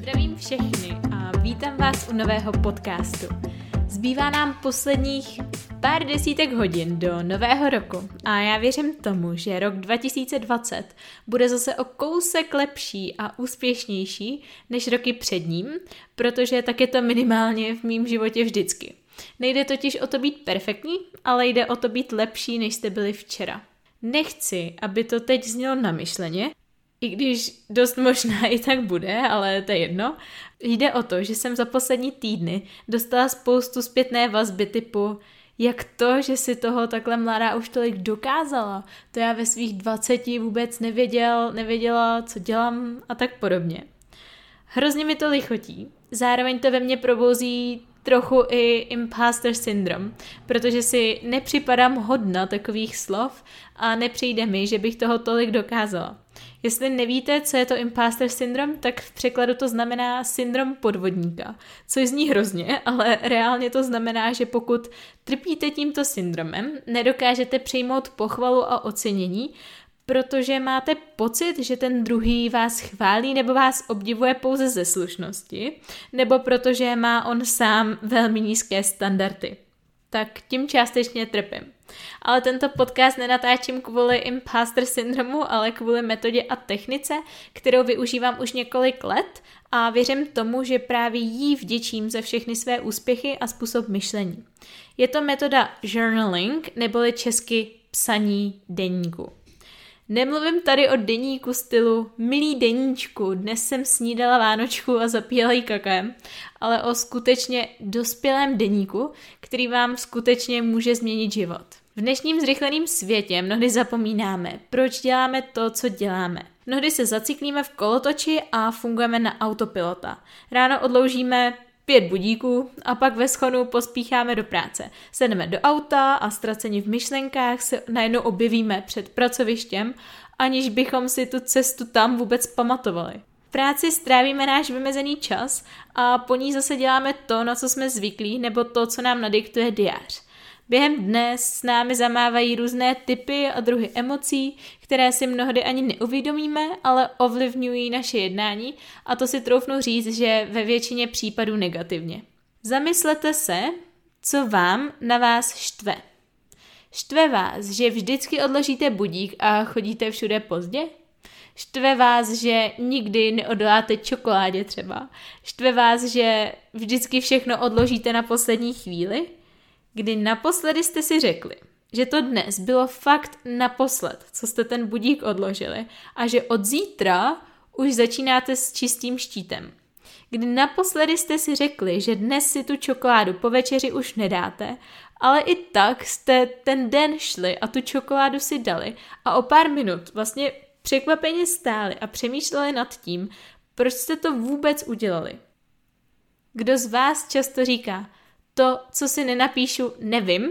Zdravím všechny a vítám vás u nového podcastu. Zbývá nám posledních pár desítek hodin do nového roku a já věřím tomu, že rok 2020 bude zase o kousek lepší a úspěšnější než roky před ním, protože tak je to minimálně v mém životě vždycky. Nejde totiž o to být perfektní, ale jde o to být lepší, než jste byli včera. Nechci, aby to teď znělo namyšleně, i když dost možná i tak bude, ale to je jedno. Jde o to, že jsem za poslední týdny dostala spoustu zpětné vazby typu jak to, že si toho takhle mladá už tolik dokázala. To já ve svých 20 vůbec nevěděla, co dělám a tak podobně. Hrozně mi to lichotí. Zároveň to ve mně probouzí trochu i imposter syndrom, protože si nepřipadám hodna takových slov a nepřijde mi, že bych toho tolik dokázala. Jestli nevíte, co je to imposter syndrom, tak v překladu to znamená syndrom podvodníka, což zní hrozně, ale reálně to znamená, že pokud trpíte tímto syndromem, nedokážete přijmout pochvalu a ocenění, protože máte pocit, že ten druhý vás chválí nebo vás obdivuje pouze ze slušnosti, nebo protože má on sám velmi nízké standardy. Tak tím částečně trpím. Ale tento podcast nenatáčím kvůli imposter syndromu, ale kvůli metodě a technice, kterou využívám už několik let a věřím tomu, že právě jí vděčím za všechny své úspěchy a způsob myšlení. Je to metoda journaling, neboli česky psaní deníku. Nemluvím tady o deníku stylu milý deníčku, dnes jsem snídala vánočku a zapíjela ji kakem, ale o skutečně dospělém deníku, který vám skutečně může změnit život. V dnešním zrychleném světě mnohdy zapomínáme, proč děláme to, co děláme. Mnohdy se zaciklíme v kolotoči a fungujeme na autopilota. Ráno odloužíme 5 budíků a pak ve schonu pospícháme do práce. Sedneme do auta a ztraceni v myšlenkách se najednou objevíme před pracovištěm, aniž bychom si tu cestu tam vůbec pamatovali. V práci strávíme náš vymezený čas a po ní zase děláme to, na co jsme zvyklí, nebo to, co nám nadiktuje diář. Během dne s námi zamávají různé typy a druhy emocí, které si mnohdy ani neuvědomíme, ale ovlivňují naše jednání a to si troufnu říct, že ve většině případů negativně. Zamyslete se, co vám na vás štve. Štve vás, že vždycky odložíte budík a chodíte všude pozdě? Štve vás, že nikdy neodoláte čokoládě třeba? Štve vás, že vždycky všechno odložíte na poslední chvíli? Kdy naposledy jste si řekli, že to dnes bylo fakt naposled, co jste ten budík odložili a že od zítra už začínáte s čistým štítem. Kdy naposledy jste si řekli, že dnes si tu čokoládu po večeři už nedáte, ale i tak jste ten den šli a tu čokoládu si dali a o pár minut vlastně překvapeně stáli a přemýšleli nad tím, proč jste to vůbec udělali. Kdo z vás často říká, to, co si nenapíšu, nevím.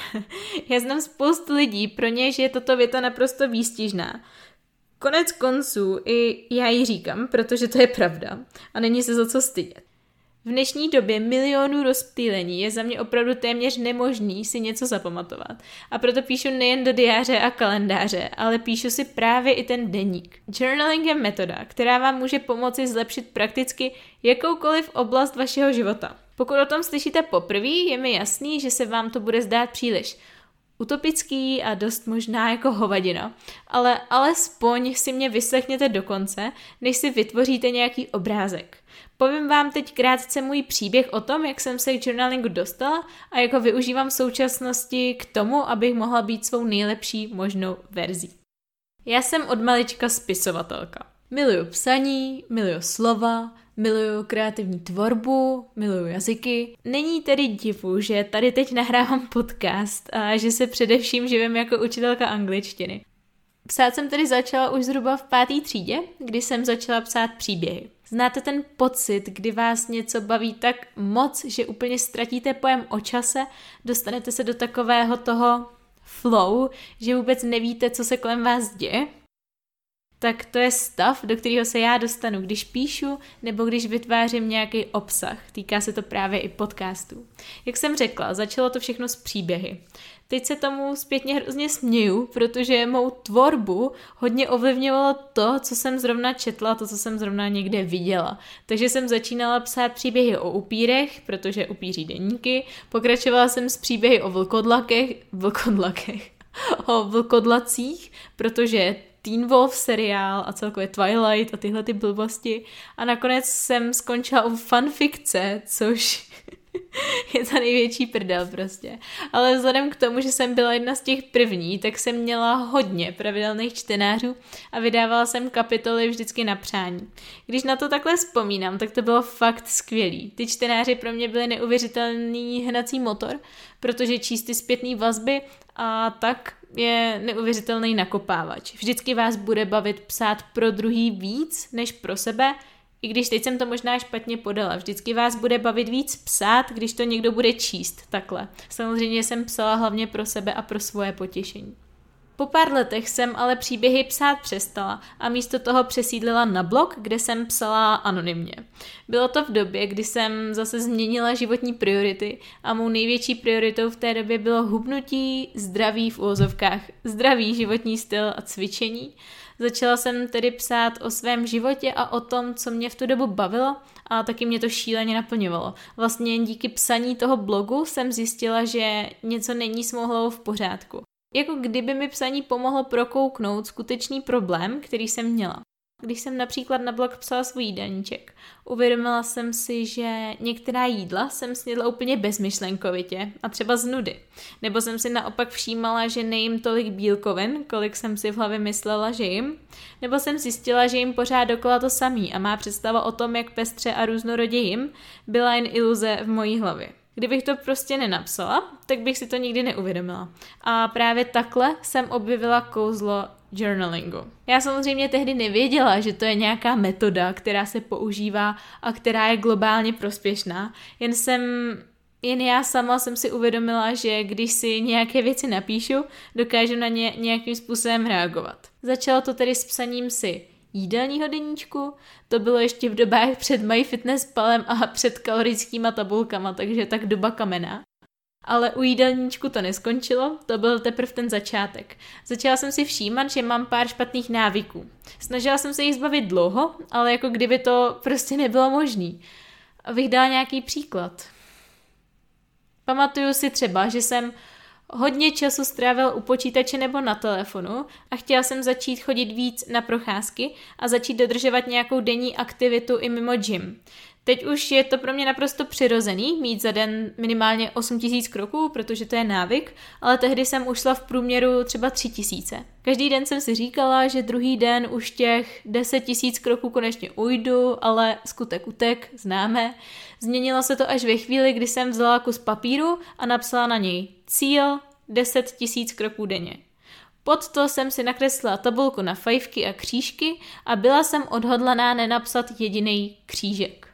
Já znám spoustu lidí, pro něž je tato věta naprosto výstižná. Konec konců i já ji říkám, protože to je pravda a není se za co stydět. V dnešní době milionů rozptýlení je za mě opravdu téměř nemožný si něco zapamatovat. A proto píšu nejen do diáře a kalendáře, ale píšu si právě i ten deník. Journaling je metoda, která vám může pomoci zlepšit prakticky jakoukoliv oblast vašeho života. Pokud o tom slyšíte poprvé, je mi jasný, že se vám to bude zdát příliš utopický a dost možná jako hovadina, ale alespoň si mě vyslechněte do konce, než si vytvoříte nějaký obrázek. Povím vám teď krátce můj příběh o tom, jak jsem se k journalingu dostala a jak ho využívám v současnosti k tomu, abych mohla být svou nejlepší možnou verzí. Já jsem od malička spisovatelka. Miluju psaní, miluju slova, miluju kreativní tvorbu, miluju jazyky. Není tedy divu, že tady teď nahrávám podcast a že se především živím jako učitelka angličtiny. Psát jsem tedy začala už zhruba v 5. třídě, kdy jsem začala psát příběhy. Znáte ten pocit, kdy vás něco baví tak moc, že úplně ztratíte pojem o čase, dostanete se do takového toho flow, že vůbec nevíte, co se kolem vás děje? tak to je stav, do kterého se já dostanu, když píšu nebo když vytvářím nějaký obsah. Týká se to právě i podcastů. Jak jsem řekla, začalo to všechno s příběhy. Teď se tomu zpětně hrozně směju, protože mou tvorbu hodně ovlivňovalo to, co jsem zrovna četla, to, co jsem zrovna někde viděla. Takže jsem začínala psát příběhy o upírech, protože upíří deníky, pokračovala jsem s příběhy o o vlkodlacích, protože Teen Wolf seriál a celkově Twilight a tyhle ty blbosti. A nakonec jsem skončila u fanfikce, což je ta největší prdel prostě. Ale vzhledem k tomu, že jsem byla jedna z těch první, tak jsem měla hodně pravidelných čtenářů a vydávala jsem kapitoly vždycky na přání. Když na to takhle vzpomínám, tak to bylo fakt skvělý. Ty čtenáři pro mě byly neuvěřitelný hnací motor, protože číst ty zpětné vazby a tak je neuvěřitelný nakopávač. Vždycky vás bude bavit psát pro druhý víc než pro sebe, i když teď jsem to možná špatně podala. Vždycky vás bude bavit víc psát, když to někdo bude číst takhle. Samozřejmě jsem psala hlavně pro sebe a pro svoje potěšení. Po pár letech jsem ale příběhy psát přestala a místo toho přesídlila na blog, kde jsem psala anonymně. Bylo to v době, kdy jsem zase změnila životní priority a mou největší prioritou v té době bylo hubnutí, zdraví v uvozovkách, zdravý životní styl a cvičení. Začala jsem tedy psát o svém životě a o tom, co mě v tu dobu bavilo a taky mě to šíleně naplňovalo. Vlastně jen díky psaní toho blogu jsem zjistila, že něco není s mou hlavou v pořádku. Jako kdyby mi psaní pomohlo prokouknout skutečný problém, který jsem měla. Když jsem například na blog psala svůj jídelníček, uvědomila jsem si, že některá jídla jsem snědla úplně bezmyšlenkovitě a třeba z nudy. Nebo jsem si naopak všímala, že nejím tolik bílkovin, kolik jsem si v hlavě myslela, že jim. Nebo jsem zjistila, že jim pořád dokola to samý a má představa o tom, jak pestře a různorodě jim, byla jen iluze v mojí hlavě. Kdybych to prostě nenapsala, tak bych si to nikdy neuvědomila. A právě takhle jsem objevila kouzlo journalingu. Já samozřejmě tehdy nevěděla, že to je nějaká metoda, která se používá a která je globálně prospěšná. Jen já sama jsem si uvědomila, že když si nějaké věci napíšu, dokážu na ně nějakým způsobem reagovat. Začalo to tedy s psaním si jídelního deníčku, to bylo ještě v dobách před MyFitnessPalem a před kalorickýma tabulkama, takže tak doba kamenná. Ale u jídelníčku to neskončilo, to byl teprve ten začátek. Začala jsem si všímat, že mám pár špatných návyků. Snažila jsem se jich zbavit dlouho, ale jako kdyby to prostě nebylo možný. Abych dala nějaký příklad. Pamatuju si třeba, že jsem hodně času strávil u počítače nebo na telefonu a chtěla jsem začít chodit víc na procházky a začít dodržovat nějakou denní aktivitu i mimo gym. Teď už je to pro mě naprosto přirozený mít za den minimálně 8000 kroků, protože to je návyk, ale tehdy jsem už šla v průměru třeba 3000. Každý den jsem si říkala, že druhý den už těch 10 000 kroků konečně ujdu, ale skutek utek, známe. Změnilo se to až ve chvíli, kdy jsem vzala kus papíru a napsala na něj cíl 10 000 kroků denně. Pod to jsem si nakreslila tabulku na fajfky a křížky a byla jsem odhodlaná nenapsat jediný křížek.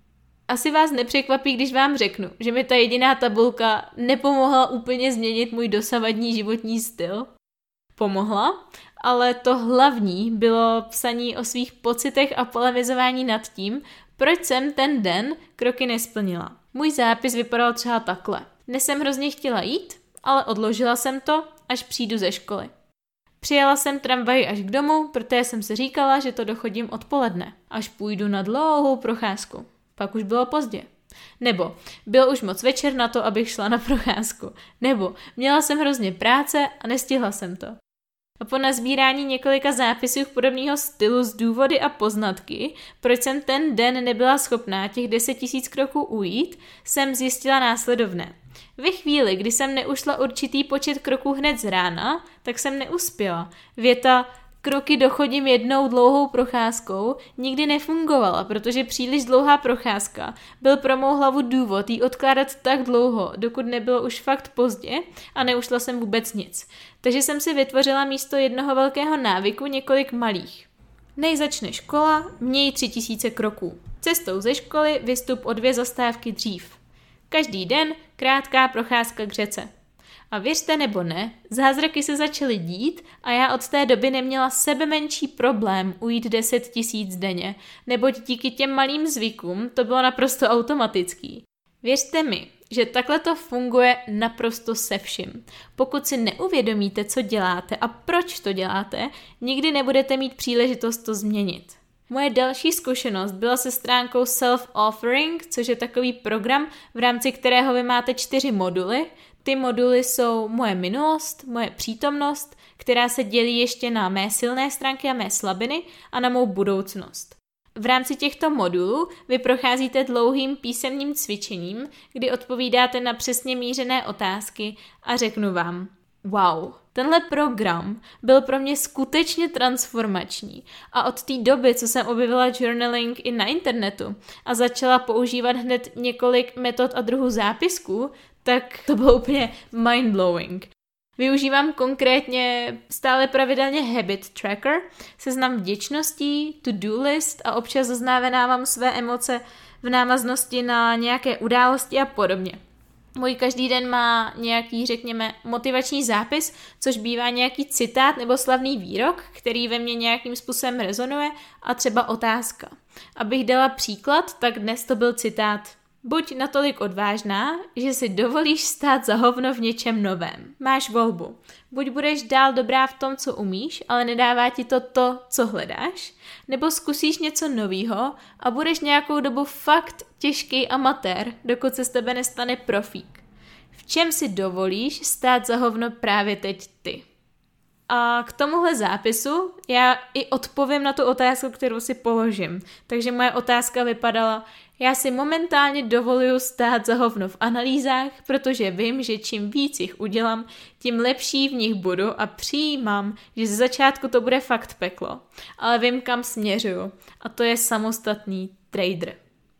Asi vás nepřekvapí, když vám řeknu, že mi ta jediná tabulka nepomohla úplně změnit můj dosavadní životní styl. Pomohla, ale to hlavní bylo psaní o svých pocitech a polemizování nad tím, proč jsem ten den kroky nesplnila. Můj zápis vypadal třeba takhle. Dnes jsem hrozně chtěla jít, ale odložila jsem to, až přijdu ze školy. Přijela jsem tramvaji až k domu, protože jsem si říkala, že to dochodím odpoledne, až půjdu na dlouhou procházku. Pak už bylo pozdě. Nebo byl už moc večer na to, abych šla na procházku. Nebo měla jsem hrozně práce a nestihla jsem to. A po nazbírání několika zápisů podobného stylu z důvody a poznatky, proč jsem ten den nebyla schopná těch 10 000 kroků ujít, jsem zjistila následovné. Ve chvíli, kdy jsem neušla určitý počet kroků hned z rána, tak jsem neuspěla. Věta kroky dochodím jednou dlouhou procházkou nikdy nefungovala, protože příliš dlouhá procházka byl pro mou hlavu důvod jí odkládat tak dlouho, dokud nebylo už fakt pozdě a neušla jsem vůbec nic. Takže jsem si vytvořila místo jednoho velkého návyku několik malých. Než začne škola, měj 3000 kroků. Cestou ze školy vystup o 2 zastávky dřív. Každý den krátká procházka k řece. A věřte nebo ne, zázraky se začaly dít a já od té doby neměla sebemenší problém ujít 10 000 denně, neboť díky těm malým zvykům to bylo naprosto automatický. Věřte mi, že takhle to funguje naprosto se vším. Pokud si neuvědomíte, co děláte a proč to děláte, nikdy nebudete mít příležitost to změnit. Moje další zkušenost byla se stránkou Self-Authoring, což je takový program, v rámci kterého vy máte 4 moduly. Ty moduly jsou moje minulost, moje přítomnost, která se dělí ještě na mé silné stránky a mé slabiny a na mou budoucnost. V rámci těchto modulů vy procházíte dlouhým písemným cvičením, kdy odpovídáte na přesně mířené otázky a řeknu vám, wow, tenhle program byl pro mě skutečně transformační a od té doby, co jsem objevila journaling i na internetu a začala používat hned několik metod a druhů zápisků, tak to bylo úplně mindblowing. Využívám konkrétně stále pravidelně habit tracker, seznam vděčností, to-do list a občas zaznamenávám své emoce v návaznosti na nějaké události a podobně. Můj každý den má nějaký, řekněme, motivační zápis, což bývá nějaký citát nebo slavný výrok, který ve mně nějakým způsobem rezonuje a třeba otázka. Abych dala příklad, tak dnes to byl citát: buď natolik odvážná, že si dovolíš stát za hovno v něčem novém. Máš volbu. Buď budeš dál dobrá v tom, co umíš, ale nedává ti to, co hledáš, nebo zkusíš něco novýho a budeš nějakou dobu fakt těžký amatér, dokud se z tebe nestane profík. V čem si dovolíš stát za hovno právě teď ty? A k tomuhle zápisu já i odpovím na tu otázku, kterou si položím. Takže moje otázka vypadala: já si momentálně dovoluju stát za hovno v analýzách, protože vím, že čím víc jich udělám, tím lepší v nich budu a přijímám, že ze začátku to bude fakt peklo. Ale vím, kam směřuju, a to je samostatný trader.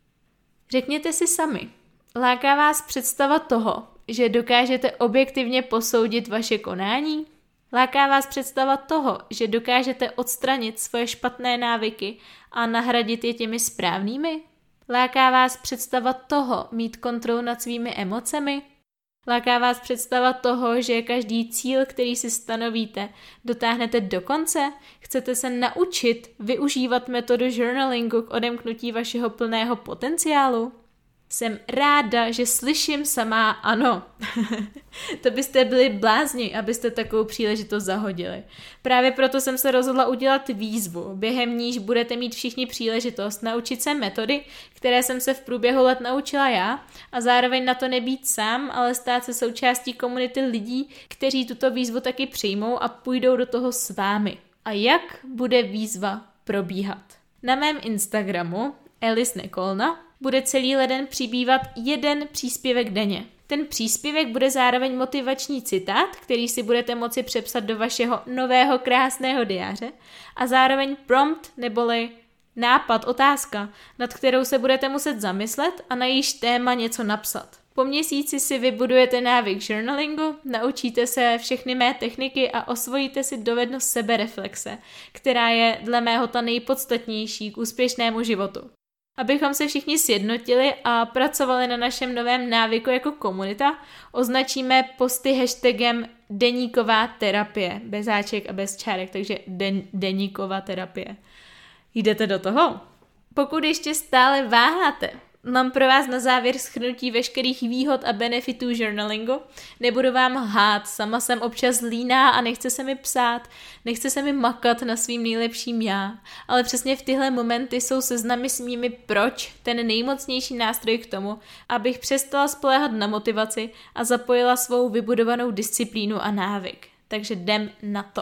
Řekněte si sami, láká vás představa toho, že dokážete objektivně posoudit vaše konání? Láká vás představa toho, že dokážete odstranit svoje špatné návyky a nahradit je těmi správnými? Láká vás představa toho mít kontrolu nad svými emocemi? Láká vás představa toho, že každý cíl, který si stanovíte, dotáhnete do konce? Chcete se naučit využívat metodu journalingu k odemknutí vašeho plného potenciálu? Jsem ráda, že slyším samá ano. To byste byli blázni, abyste takovou příležitost zahodili. Právě proto jsem se rozhodla udělat výzvu, během níž budete mít všichni příležitost naučit se metody, které jsem se v průběhu let naučila já, a zároveň na to nebýt sám, ale stát se součástí komunity lidí, kteří tuto výzvu taky přijmou a půjdou do toho s vámi. A jak bude výzva probíhat? Na mém Instagramu Alice Nekolna bude celý leden přibývat 1 příspěvek denně. Ten příspěvek bude zároveň motivační citát, který si budete moci přepsat do vašeho nového krásného diáře, a zároveň prompt neboli nápad, otázka, nad kterou se budete muset zamyslet a na jejíž téma něco napsat. Po měsíci si vybudujete návyk journalingu, naučíte se všechny mé techniky a osvojíte si dovednost sebereflexe, která je dle mého ta nejpodstatnější k úspěšnému životu. Abychom se všichni sjednotili a pracovali na našem novém návyku jako komunita, označíme posty hashtagem deníková terapie, bez háček a bez čárek, takže deníková terapie. Jdete do toho? Pokud ještě stále váháte, mám pro vás na závěr shrnutí veškerých výhod a benefitů journalingu. Nebudu vám lhát, sama jsem občas líná a nechce se mi psát, nechce se mi makat na svým nejlepším já, ale přesně v tyhle momenty jsou seznamy s mými proč ten nejmocnější nástroj k tomu, abych přestala spoléhat na motivaci a zapojila svou vybudovanou disciplínu a návyk. Takže jdem na to.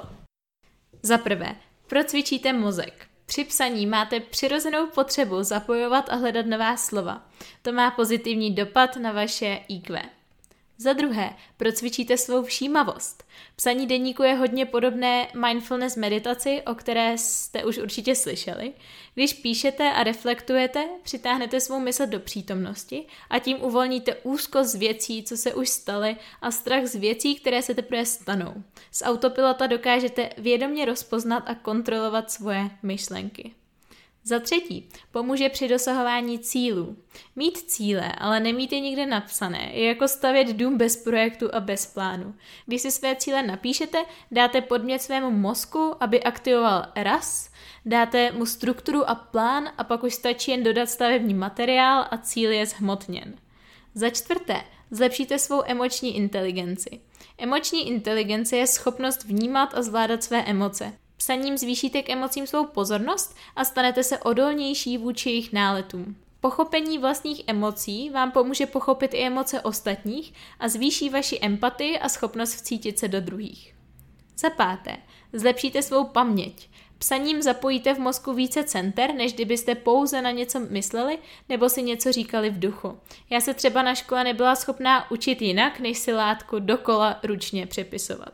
Za prvé, procvičíte mozek. Při psaní máte přirozenou potřebu zapojovat a hledat nová slova. To má pozitivní dopad na vaše IQ. Za druhé, procvičíte svou všímavost. Psaní deníku je hodně podobné mindfulness meditaci, o které jste už určitě slyšeli. Když píšete a reflektujete, přitáhnete svou mysl do přítomnosti a tím uvolníte úzkost z věcí, co se už staly, a strach z věcí, které se teprve stanou. Z autopilota dokážete vědomě rozpoznat a kontrolovat svoje myšlenky. Za třetí, pomůže při dosahování cílů. Mít cíle, ale nemít je nikde napsané, je jako stavět dům bez projektu a bez plánu. Když si své cíle napíšete, dáte podnět svému mozku, aby aktivoval RAS, dáte mu strukturu a plán a pak už stačí jen dodat stavební materiál a cíl je zhmotněn. Za čtvrté, zlepšíte svou emoční inteligenci. Emoční inteligence je schopnost vnímat a zvládat své emoce. Psaním zvýšíte k emocím svou pozornost a stanete se odolnější vůči jejich náletům. Pochopení vlastních emocí vám pomůže pochopit i emoce ostatních a zvýší vaši empatii a schopnost vcítit se do druhých. Za páté, zlepšíte svou paměť. Psaním zapojíte v mozku více center, než kdybyste pouze na něco mysleli nebo si něco říkali v duchu. Já se třeba na škole nebyla schopná učit jinak, než si látku dokola ručně přepisovat.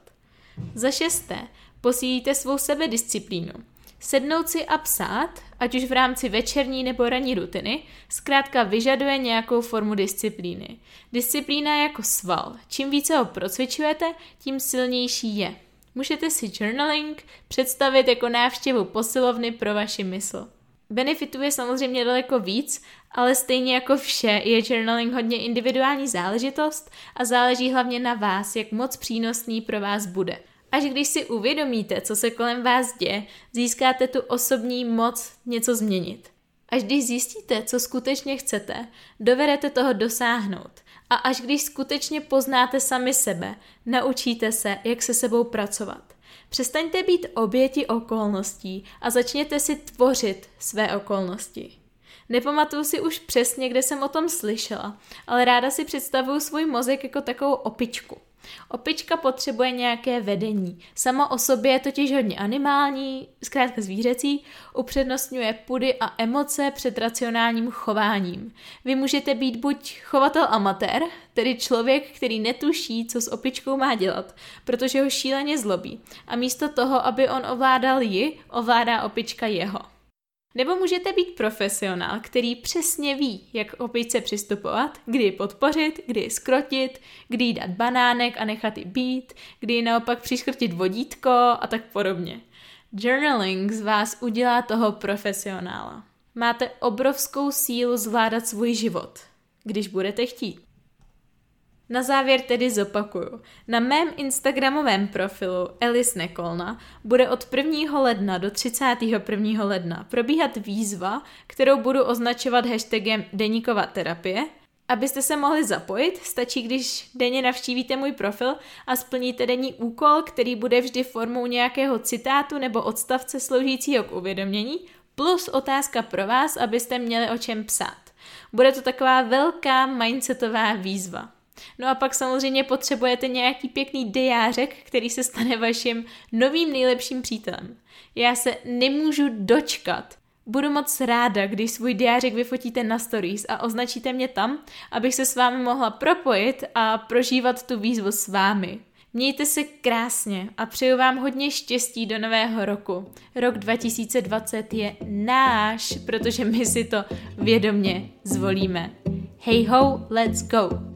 Za šesté, posílíte svou sebedisciplínu. Sednout si a psát, ať už v rámci večerní nebo ranní rutiny, zkrátka vyžaduje nějakou formu disciplíny. Disciplína je jako sval. Čím více ho procvičujete, tím silnější je. Můžete si journaling představit jako návštěvu posilovny pro vaši mysl. Benefitů je samozřejmě daleko víc, ale stejně jako vše je journaling hodně individuální záležitost a záleží hlavně na vás, jak moc přínosný pro vás bude. Až když si uvědomíte, co se kolem vás děje, získáte tu osobní moc něco změnit. Až když zjistíte, co skutečně chcete, dovedete toho dosáhnout. A až když skutečně poznáte sami sebe, naučíte se, jak se sebou pracovat. Přestaňte být oběti okolností a začněte si tvořit své okolnosti. Nepamatuju si už přesně, kde jsem o tom slyšela, ale ráda si představuju svůj mozek jako takovou opičku. Opička potřebuje nějaké vedení. Samo o sobě je totiž hodně animální, zkrátka zvířecí, upřednostňuje pudy a emoce před racionálním chováním. Vy můžete být buď chovatel amatér, tedy člověk, který netuší, co s opičkou má dělat, protože ho šíleně zlobí. A místo toho, aby on ovládal ji, ovládá opička jeho. Nebo můžete být profesionál, který přesně ví, jak k opičce přistupovat, kdy ji podpořit, kdy ji zkrotit, kdy jí dát banánek a nechat ji být, kdy ji naopak přiškrtit vodítko a tak podobně. Journaling z vás udělá toho profesionála. Máte obrovskou sílu zvládat svůj život, když budete chtít. Na závěr tedy zopakuju. Na mém instagramovém profilu Alice Nekolna bude od 1. ledna do 31. ledna probíhat výzva, kterou budu označovat hashtagem Deníková terapie. Abyste se mohli zapojit, stačí, když denně navštívíte můj profil a splníte denní úkol, který bude vždy formou nějakého citátu nebo odstavce sloužícího k uvědomění, plus otázka pro vás, abyste měli o čem psát. Bude to taková velká mindsetová výzva. No a pak samozřejmě potřebujete nějaký pěkný diářek, který se stane vaším novým nejlepším přítelem. Já se nemůžu dočkat. Budu moc ráda, když svůj diářek vyfotíte na stories a označíte mě tam, abych se s vámi mohla propojit a prožívat tu výzvu s vámi. Mějte se krásně a přeju vám hodně štěstí do nového roku. Rok 2020 je náš, protože my si to vědomě zvolíme. Hey ho, let's go!